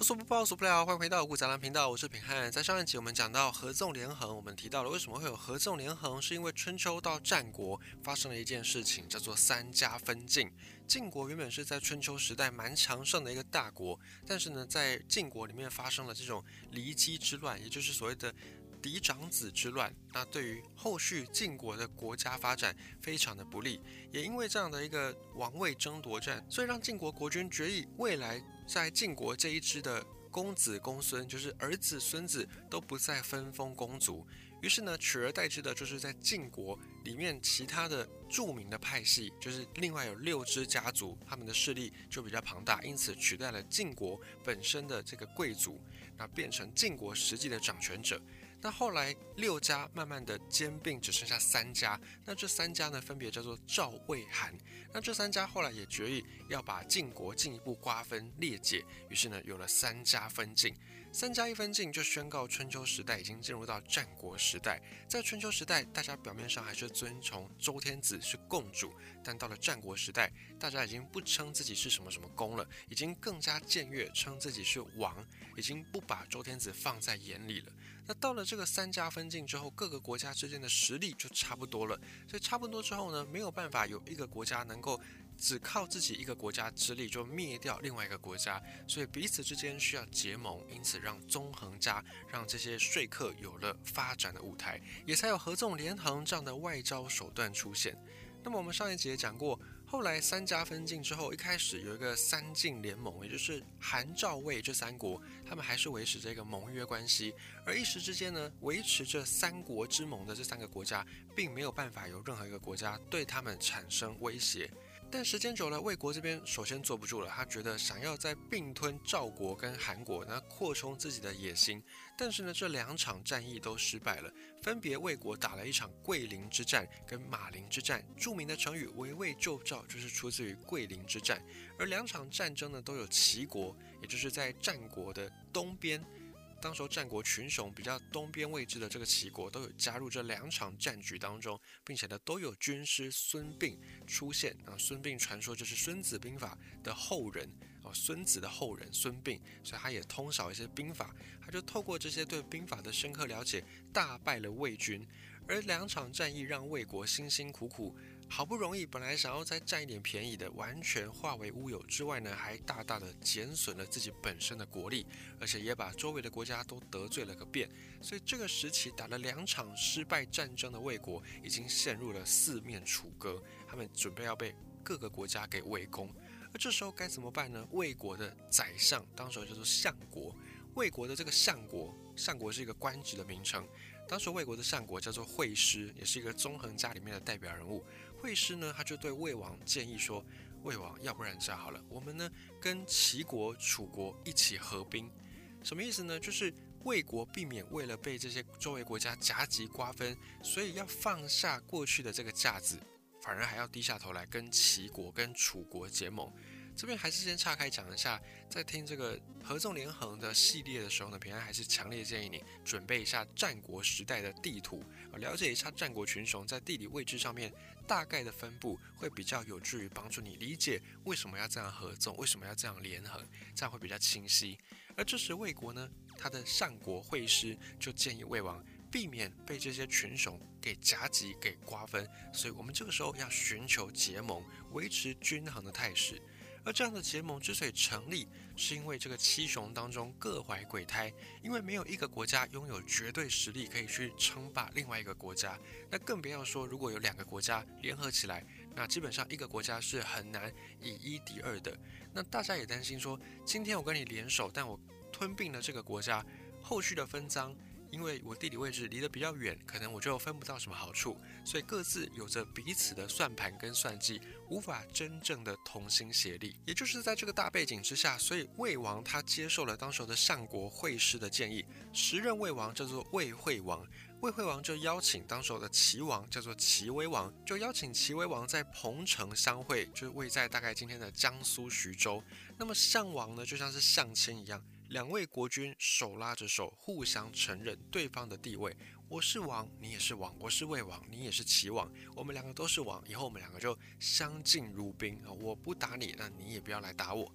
所不报，无所不了，欢迎回到五谷杂粮频道，我是品汉。在上一集我们讲到合纵连横，我们提到了为什么会有合纵连横，是因为春秋到战国发生了一件事情，叫做三家分晋。晋国原本是在春秋时代蛮强盛的一个大国，但是呢，在晋国里面发生了这种骊姬之乱，也就是所谓的嫡长子之乱，那对于后续晋国的国家发展非常的不利。也因为这样的一个王位争夺战，所以让晋国国君决议未来在晋国这一支的公子公孙，就是儿子孙子都不再分封公族。于是呢，取而代之的就是在晋国里面其他的著名的派系，就是另外有6支家族，他们的势力就比较庞大，因此取代了晋国本身的这个贵族，那变成晋国实际的掌权者。那后来6家慢慢的兼并，只剩下3家。那这3家呢，分别叫做赵、魏、韩。那这3家后来也决议要把晋国进一步瓜分裂解，于是呢，有了3家分晋。3家一分晋，就宣告春秋时代已经进入到战国时代。在春秋时代，大家表面上还是遵从周天子是共主，但到了战国时代，大家已经不称自己是什么什么公了，已经更加僭越，称自己是王，已经不把周天子放在眼里了。那到了这个3家分晋之后，各个国家之间的实力就差不多了，所以差不多之后呢，没有办法有一个国家能够只靠自己一个国家之力就灭掉另外一个国家，所以彼此之间需要结盟，因此让纵横家，让这些说客有了发展的舞台，也才有合纵连横这样的外交手段出现。那么我们上一集也讲过，后来3家分晋之后，一开始有一个3晋联盟，也就是韩、赵、魏这3国，他们还是维持这个盟约关系。而一时之间呢，维持着3国之盟的这3个国家，并没有办法有任何一个国家对他们产生威胁。但时间久了，魏国这边首先坐不住了，他觉得想要在并吞赵国跟韩国，然后扩充自己的野心。但是呢，这2场战役都失败了，分别魏国打了一场桂林之战跟马陵之战，著名的成语围魏救赵就是出自于桂林之战。而2场战争呢，都有齐国，也就是在战国的东边。当时战国群雄比较东边位置的这个齐国都有加入这2场战局当中，并且呢都有军师孙膑出现。孙膑传说就是孙子兵法的后人，孙子的后人孙膑，所以他也通晓一些兵法，他就透过这些对兵法的深刻了解，大败了魏军。而2场战役让魏国辛辛苦苦，好不容易本来想要再占一点便宜的，完全化为乌有之外呢，还大大的减损了自己本身的国力，而且也把周围的国家都得罪了个遍。所以这个时期打了2场失败战争的魏国，已经陷入了4面楚歌，他们准备要被各个国家给围攻。而这时候该怎么办呢？魏国的宰相当时叫做相国，魏国的这个相国是一个官职的名称。当时魏国的相国叫做惠施，也是一个纵横家里面的代表人物。惠施呢，他就对魏王建议说：“魏王，要不然这样好了，我们呢跟齐国、楚国一起合兵。什么意思呢？就是魏国避免为了被这些周围国家夹击瓜分，所以要放下过去的这个架子，反而还要低下头来跟齐国、跟楚国结盟。”这边还是先岔开讲一下，在听这个合纵连横的系列的时候呢，平安还是强烈建议你准备一下战国时代的地图，了解一下战国群雄在地理位置上面大概的分布，会比较有助于帮助你理解为什么要这样合纵，为什么要这样连横，这样会比较清晰。而这时魏国呢，他的相国惠施就建议魏王避免被这些群雄给夹击、给瓜分，所以我们这个时候要寻求结盟，维持均衡的态势。而这样的结盟之所以成立，是因为这个7雄当中各怀鬼胎，因为没有一个国家拥有绝对实力可以去称霸另外一个国家，那更不要说如果有2个国家联合起来，那基本上一个国家是很难以1敌2的。那大家也担心说，今天我跟你联手，但我吞并了这个国家，后续的分赃，因为我地理位置离得比较远，可能我就分不到什么好处，所以各自有着彼此的算盘跟算计，无法真正的同心协力。也就是在这个大背景之下，所以魏王他接受了当时的相国惠施的建议，时任魏王叫做魏惠王。魏惠王就邀请当时的齐王叫做齐威王，就邀请齐威王在彭城相会，就是位在大概今天的江苏徐州。那么相王呢，就像是相亲一样，2位国君手拉着手，互相承认对方的地位。我是王，你也是王；我是魏王，你也是齐王。我们2个都是王，以后我们2个就相敬如宾啊！我不打你，那你也不要来打我。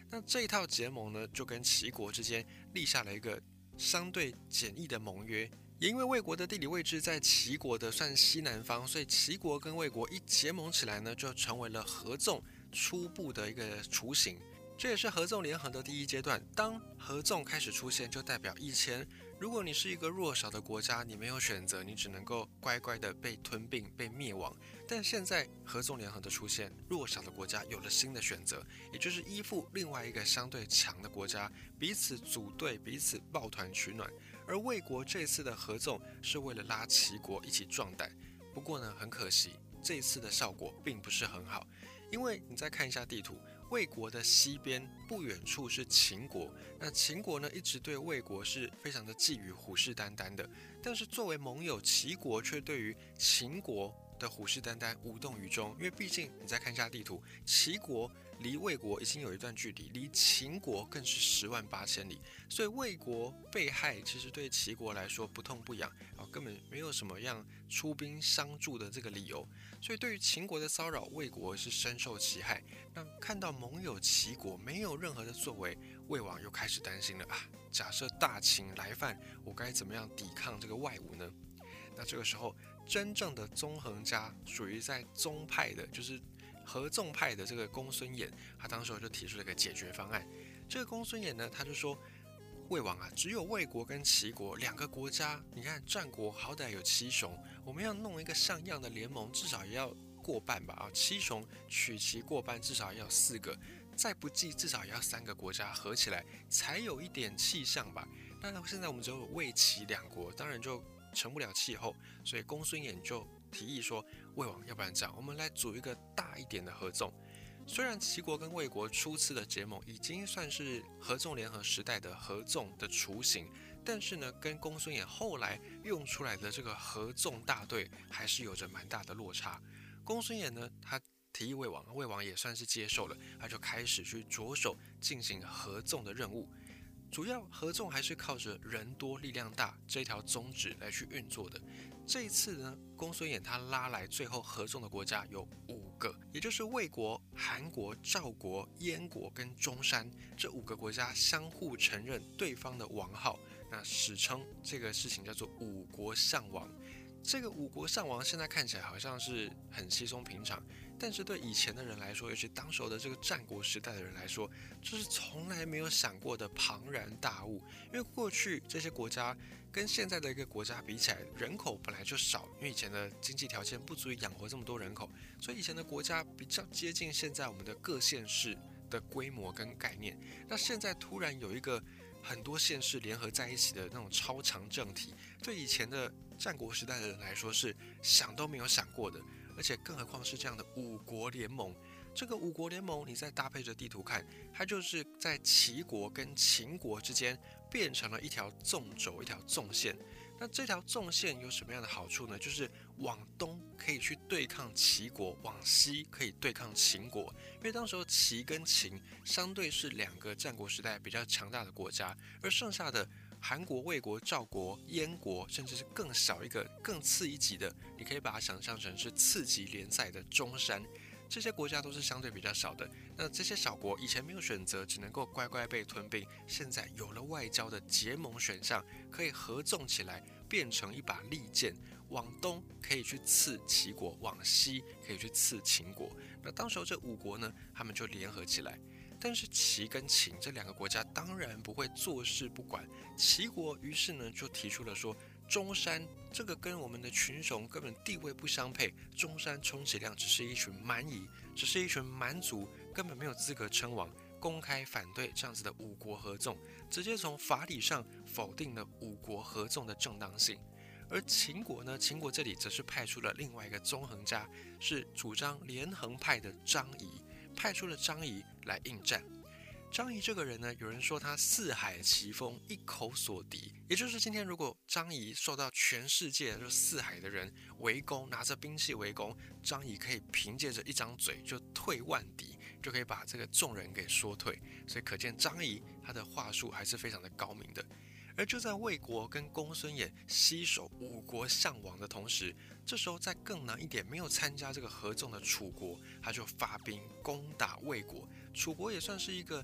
那这一套结盟呢，就跟齐国之间立下了一个相对简易的盟约。也因为魏国的地理位置在齐国的算西南方，所以齐国跟魏国一结盟起来呢，就成为了合纵初步的一个雏形。这也是合纵连横的第一阶段。当合纵开始出现，就代表以前如果你是一个弱小的国家，你没有选择，你只能够乖乖的被吞并、被灭亡。但现在合纵连横的出现，弱小的国家有了新的选择，也就是依附另外一个相对强的国家，彼此组队、彼此抱团取暖。而魏国这次的合纵是为了拉齐国一起壮胆。不过呢，很可惜，这一次的效果并不是很好，因为你再看一下地图。魏国的西边不远处是秦国，那秦国呢一直对魏国是非常的觊觎、虎视眈眈的，但是作为盟友，齐国却对于秦国的虎视眈眈无动于衷，因为毕竟你再看一下地图，齐国离魏国已经有一段距离，离秦国更是108000里，所以魏国被害其实对齐国来说不痛不痒，根本没有什么样出兵相助的这个理由，所以对于秦国的骚扰，魏国是深受其害。那看到盟友齐国没有任何的作为，魏王又开始担心了啊！假设大秦来犯，我该怎么样抵抗这个外侮呢？那这个时候，真正的纵横家，属于在宗派的，就是合纵派的这个公孙衍，他当时就提出了一个解决方案。这个公孙衍呢，他就说，魏王啊，只有魏国跟齐国两个国家，你看战国好歹有7雄，我们要弄一个像样的联盟，至少也要过半吧，7雄取齐过半，至少也要4个，再不济至少也要3个国家合起来，才有一点气象吧。那现在我们只有魏齐2国，当然就成不了气候，所以公孙衍就提议说，魏王，要不然这样，我们来组一个大一点的合纵。虽然齐国跟魏国初次的结盟已经算是合纵联合时代的合纵的雏形，但是呢，跟公孙衍后来用出来的这个合纵大队还是有着蛮大的落差。公孙衍呢，他提议魏王，魏王也算是接受了，他就开始去着手进行合纵的任务。主要合纵还是靠着人多力量大这条宗旨来去运作的。这一次呢，公孙衍他拉来最后合纵的国家有5个，也就是魏国、韩国、赵国、燕国跟中山这5个国家相互承认对方的王号，那史称这个事情叫做5国相王。这个5国相王现在看起来好像是很稀松平常，但是对以前的人来说，尤其当时的这个战国时代的人来说，这是从来没有想过的庞然大物。因为过去这些国家跟现在的一个国家比起来，人口本来就少，因为以前的经济条件不足以养活这么多人口，所以以前的国家比较接近现在我们的各县市的规模跟概念。那现在突然有一个很多县市联合在一起的那种超强政体，对以前的战国时代的人来说是想都没有想过的，而且更何况是这样的5国联盟。这个5国联盟，你再搭配着地图看，它就是在齐国跟秦国之间变成了一条纵轴，一条纵线。那这条纵线有什么样的好处呢？就是往东可以去对抗齐国，往西可以对抗秦国。因为当时候齐跟秦相对是2个战国时代比较强大的国家，而剩下的韩国、魏国、赵国、燕国，甚至是更小一个、更次一级的，你可以把它想象成是次级联赛的中山。这些国家都是相对比较少的，那这些小国以前没有选择，只能够乖乖被吞并，现在有了外交的结盟选项，可以合纵起来，变成一把利剑，往东可以去刺齐国，往西可以去刺秦国。那当时候这5国呢，他们就联合起来。但是齐跟秦这2个国家当然不会坐视不管，齐国于是呢就提出了说，中山这个跟我们的群雄根本地位不相配，中山充其量只是一群蛮夷，只是一群蛮族，根本没有资格称王，公开反对这样子的5国合纵，直接从法理上否定了5国合纵的正当性。而秦国呢，秦国这里则是派出了另外一个纵横家，是主张连横派的张仪，派出了张仪来应战。张仪这个人呢，有人说他四海齐风，一口所敌，也就是今天如果张仪受到全世界就4海的人围攻，拿着兵器围攻，张仪可以凭借着一张嘴就退万敌，就可以把这个众人给说退。所以可见张仪他的话术还是非常的高明的。而就在魏国跟公孙衍携手5国相王的同时，这时候再更难一点，没有参加这个合纵的楚国，他就发兵攻打魏国。楚国也算是一个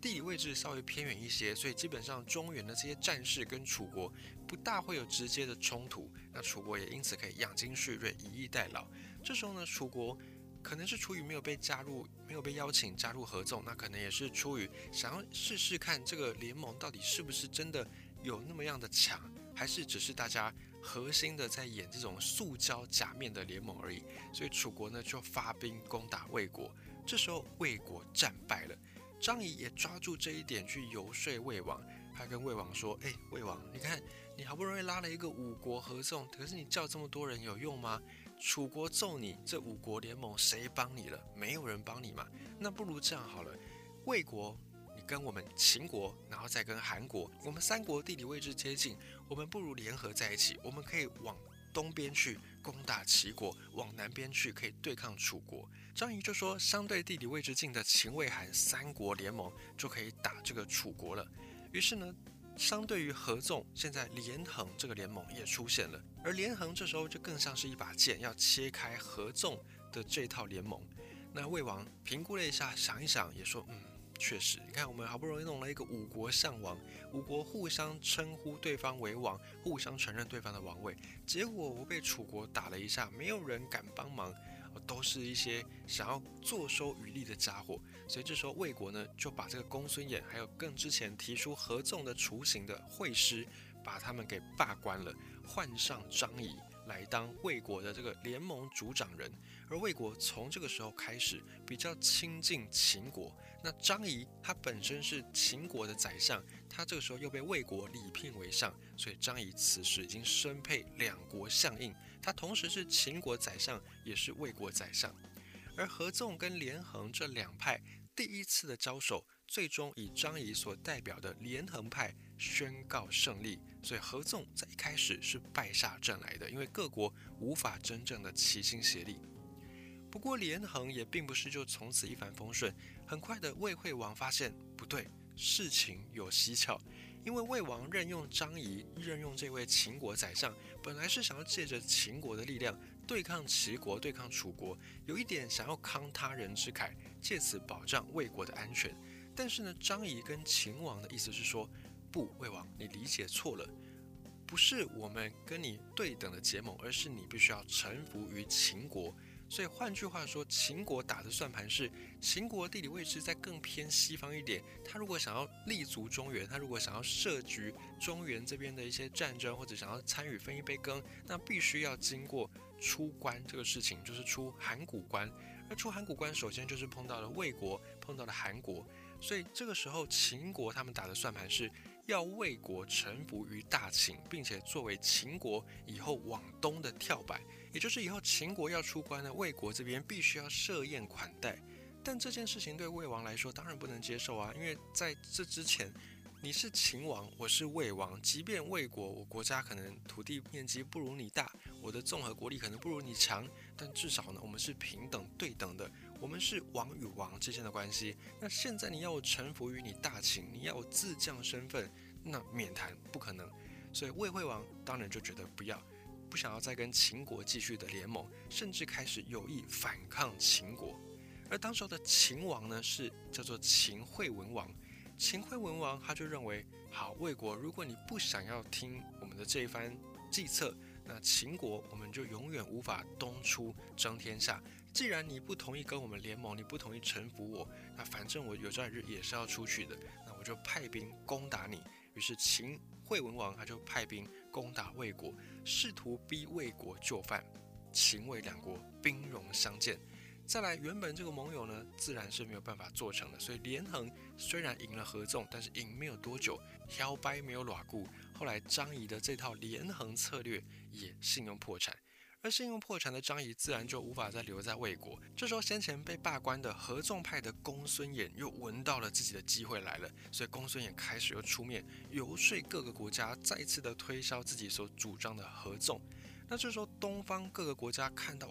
地理位置稍微偏远一些，所以基本上中原的这些战事跟楚国不大会有直接的冲突，那楚国也因此可以养精蓄锐，以逸待劳。这时候呢，楚国可能是出于没有被邀请加入合纵，那可能也是出于想要试试看这个联盟到底是不是真的有那么样的强，还是只是大家核心的在演这种塑胶假面的联盟而已。所以楚国呢就发兵攻打魏国，这时候魏国战败了。张仪也抓住这一点去游说魏王，他跟魏王说：“魏王，你看你好不容易拉了一个5国合纵，可是你叫这么多人有用吗？楚国揍你，这5国联盟谁帮你了？没有人帮你嘛。那不如这样好了，魏国你跟我们秦国，然后再跟韩国，我们3国地理位置接近，我们不如联合在一起，我们可以往东边去攻打齐国，往南边去可以对抗楚国。”张仪就说，相对地理位置近的秦魏韩3国联盟就可以打这个楚国了。于是呢，相对于合纵，现在连横这个联盟也出现了，而连横这时候就更像是一把剑，要切开合纵的这套联盟。那魏王评估了一下，想一想，也说，确实，你看我们好不容易弄了一个5国相王，5国互相称呼对方为王，互相承认对方的王位，结果我被楚国打了一下，没有人敢帮忙，都是一些想要坐收渔利的家伙。所以这时候魏国呢就把这个公孙衍还有更之前提出合纵的雏形的会师，把他们给罢官了，换上张仪来当魏国的这个联盟主掌人。而魏国从这个时候开始比较亲近秦国。那张仪他本身是秦国的宰相，他这个时候又被魏国礼聘为相，所以张仪此时已经身配2国相印，他同时是秦国宰相，也是魏国宰相。而合纵跟连横这2派第一次的交手，最终以张仪所代表的连横派宣告胜利，所以合纵在一开始是败下阵来的，因为各国无法真正的齐心协力。不过连横也并不是就从此一帆风顺，很快的魏惠王发现不对，事情有蹊跷，因为魏王任用张仪，任用这位秦国宰相，本来是想要借着秦国的力量对抗齐国，对抗楚国，有一点想要慷他人之慨，借此保障魏国的安全。但是呢，张仪跟秦王的意思是说，不，魏王你理解错了，不是我们跟你对等的结盟，而是你必须要臣服于秦国。所以换句话说，秦国打的算盘是，秦国地理位置再更偏西方一点，他如果想要立足中原，他如果想要设局中原这边的一些战争，或者想要参与分一杯羹，那必须要经过出关这个事情，就是出函谷关。而出函谷关首先就是碰到了魏国，碰到了韩国，所以这个时候秦国他们打的算盘是要魏国臣服于大秦，并且作为秦国以后往东的跳板，也就是以后秦国要出关呢，魏国这边必须要设宴款待。但这件事情对魏王来说当然不能接受啊，因为在这之前你是秦王，我是魏王，即便魏国我国家可能土地面积不如你大，我的综合国力可能不如你强，但至少呢我们是平等对等的，我们是王与王之间的关系。那现在你要我臣服于你大秦，你要我自降身份，那免谈，不可能。所以魏惠王当然就觉得不想要再跟秦国继续的联盟，甚至开始有意反抗秦国。而当时的秦王呢是叫做秦惠文王。秦惠文王他就认为，好，魏国如果你不想要听我们的这一番计策，那秦国我们就永远无法东出争天下。既然你不同意跟我们联盟，你不同意臣服我，那反正我有朝一日也是要出去的，那我就派兵攻打你。于是秦惠文王他就派兵攻打魏国，试图逼魏国就范。秦魏2国兵戎相见。再来，原本这个盟友呢，自然是没有办法做成的，所以连横虽然赢了合纵，但是赢没有多久，摇摆没有偌久，后来张仪的这套连横策略也信用破产，而信用破产的张仪自然就无法再留在魏国。这时候先前被罢官的合纵派的公孙衍又闻到了自己的机会来了，所以公孙衍开始又出面游说各个国家，再次的推销自己所主张的合纵。那这时候东方各个国家看到，哇，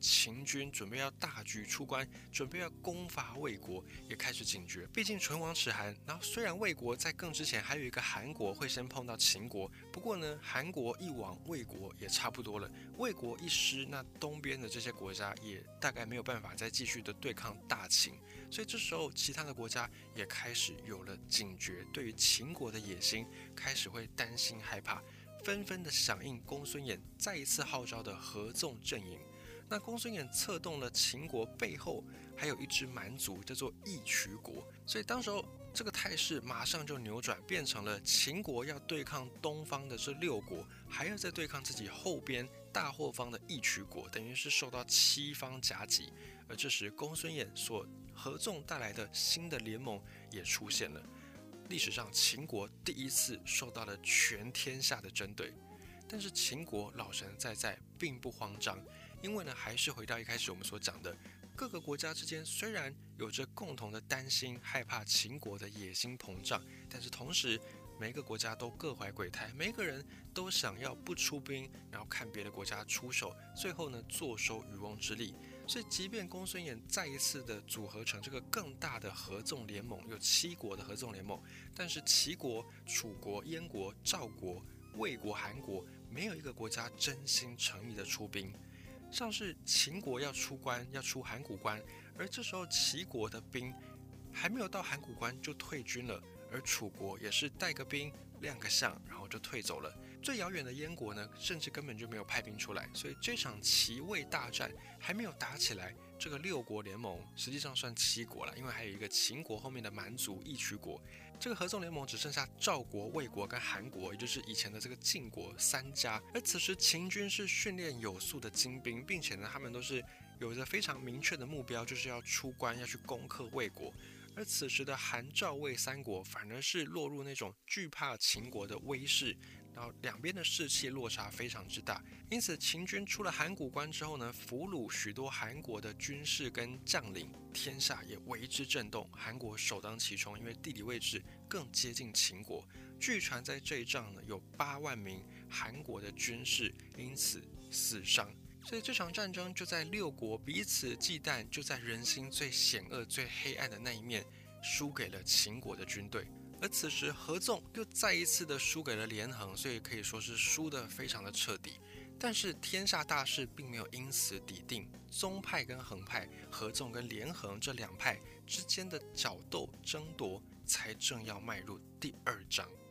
秦军准备要大举出关，准备要攻伐魏国，也开始警觉。毕竟唇亡齿寒，然后虽然魏国在更之前还有一个韩国会先碰到秦国，不过呢，韩国一亡，魏国也差不多了。魏国一失，那东边的这些国家也大概没有办法再继续的对抗大秦，所以这时候其他的国家也开始有了警觉，对于秦国的野心开始会担心害怕，纷纷的响应公孙衍再一次号召的合纵阵营。那公孙衍策动了秦国背后还有一支蛮族叫做义渠国，所以当时候这个态势马上就扭转，变成了秦国要对抗东方的这6国，还要再对抗自己后边大后方的义渠国，等于是受到7方夹击。而这时公孙衍所合纵带来的新的联盟也出现了，历史上秦国第一次受到了全天下的针对。但是秦国老神在在，并不慌张，因为呢，还是回到一开始我们所讲的，各个国家之间虽然有着共同的担心、害怕秦国的野心膨胀，但是同时每个国家都各怀鬼胎，每个人都想要不出兵，然后看别的国家出手，最后呢坐收渔翁之利。所以即便公孙衍再一次的组合成这个更大的合纵联盟，有7国的合纵联盟，但是齐国、楚国、燕国、赵国、魏国、韩国没有一个国家真心诚意的出兵。像是秦国要出关，要出函谷关，而这时候齐国的兵还没有到函谷关就退军了，而楚国也是带个兵亮个相，然后就退走了。最遥远的燕国呢，甚至根本就没有派兵出来。所以这场齐魏大战还没有打起来，这个6国联盟实际上算7国了，因为还有一个秦国后面的蛮族义渠国。这个合纵联盟只剩下赵国、魏国跟韩国，也就是以前的这个晋国3家。而此时秦军是训练有素的精兵，并且呢，他们都是有着非常明确的目标，就是要出关，要去攻克魏国。而此时的韩赵魏3国反而是落入那种惧怕秦国的威势，然后两边的士气落差非常之大。因此秦军出了函谷关之后呢，俘虏许多韩国的军士跟将领，天下也为之震动。韩国首当其冲，因为地理位置更接近秦国。据传在这一仗呢，有8万名韩国的军士因此死伤。所以这场战争就在6国彼此忌惮，就在人心最险恶、最黑暗的那一面，输给了秦国的军队。而此时合纵又再一次的输给了连横，所以可以说是输得非常的彻底。但是天下大势并没有因此底定，宗派跟横派、合纵跟连横这2派之间的角斗争夺才正要迈入第2章。